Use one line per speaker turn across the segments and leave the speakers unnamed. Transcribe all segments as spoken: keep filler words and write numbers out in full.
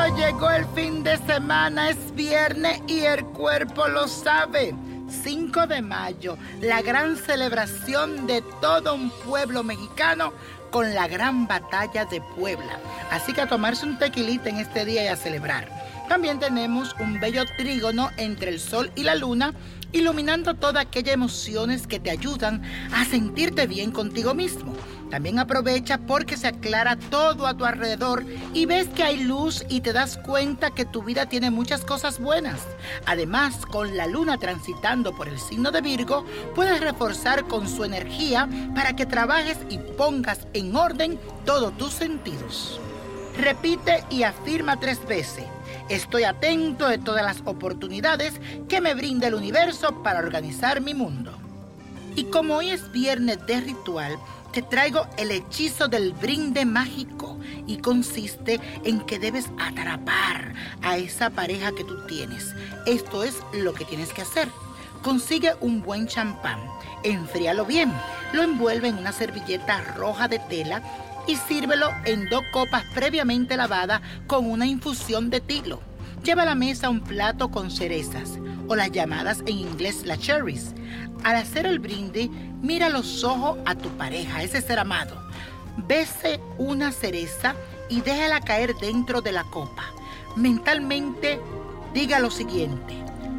llegó el fin de semana, es viernes y el cuerpo lo sabe. cinco de mayo, la gran celebración de todo un pueblo mexicano con la gran batalla de Puebla. Así que a tomarse un tequilita en este día y a celebrar. También tenemos un bello trígono entre el sol y la luna, iluminando todas aquellas emociones que te ayudan a sentirte bien contigo mismo. También aprovecha porque se aclara todo a tu alrededor y ves que hay luz y te das cuenta que tu vida tiene muchas cosas buenas. Además, con la luna transitando por el signo de Virgo, puedes reforzar con su energía para que trabajes y pongas en orden todos tus sentidos. Repite y afirma tres veces. Estoy atento de todas las oportunidades que me brinda el universo para organizar mi mundo. Y como hoy es viernes de ritual, te traigo el hechizo del brinde mágico y consiste en que debes atrapar a esa pareja que tú tienes. Esto es lo que tienes que hacer. Consigue un buen champán, enfríalo bien, lo envuelve en una servilleta roja de tela y sírvelo en dos copas previamente lavadas con una infusión de tilo. Lleva a la mesa un plato con cerezas, o las llamadas en inglés las cherries. Al hacer el brindis, mira los ojos a tu pareja, ese ser amado. Bese una cereza y déjala caer dentro de la copa. Mentalmente diga lo siguiente: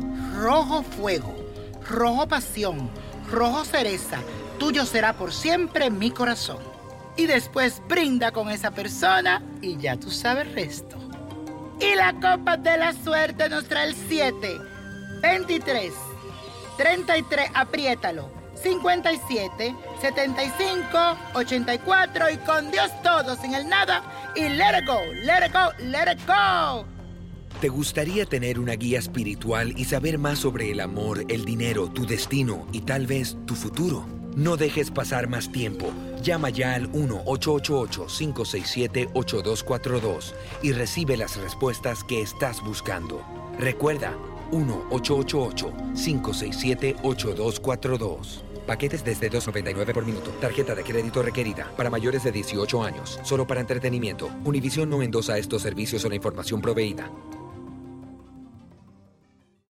rojo fuego, rojo pasión, rojo cereza, tuyo será por siempre mi corazón. Y después brinda con esa persona y ya tú sabes el resto. Y la copa de la suerte nos trae el siete, veintitrés, treinta y tres, apriétalo, cincuenta y siete, setenta y cinco, ochenta y cuatro y con Dios todo, sin el nada y let it go, let it go, let it go.
¿Te gustaría tener una guía espiritual y saber más sobre el amor, el dinero, tu destino y tal vez tu futuro? No dejes pasar más tiempo. Llama ya al uno ocho ocho ocho, cinco seis siete, ocho dos cuatro dos y recibe las respuestas que estás buscando. Recuerda, uno ocho ocho ocho, cinco seis siete, ocho dos cuatro dos. Paquetes desde dos noventa y nueve por minuto. Tarjeta de crédito requerida para mayores de dieciocho años. Solo para entretenimiento. Univision no endosa estos servicios o la información proveída.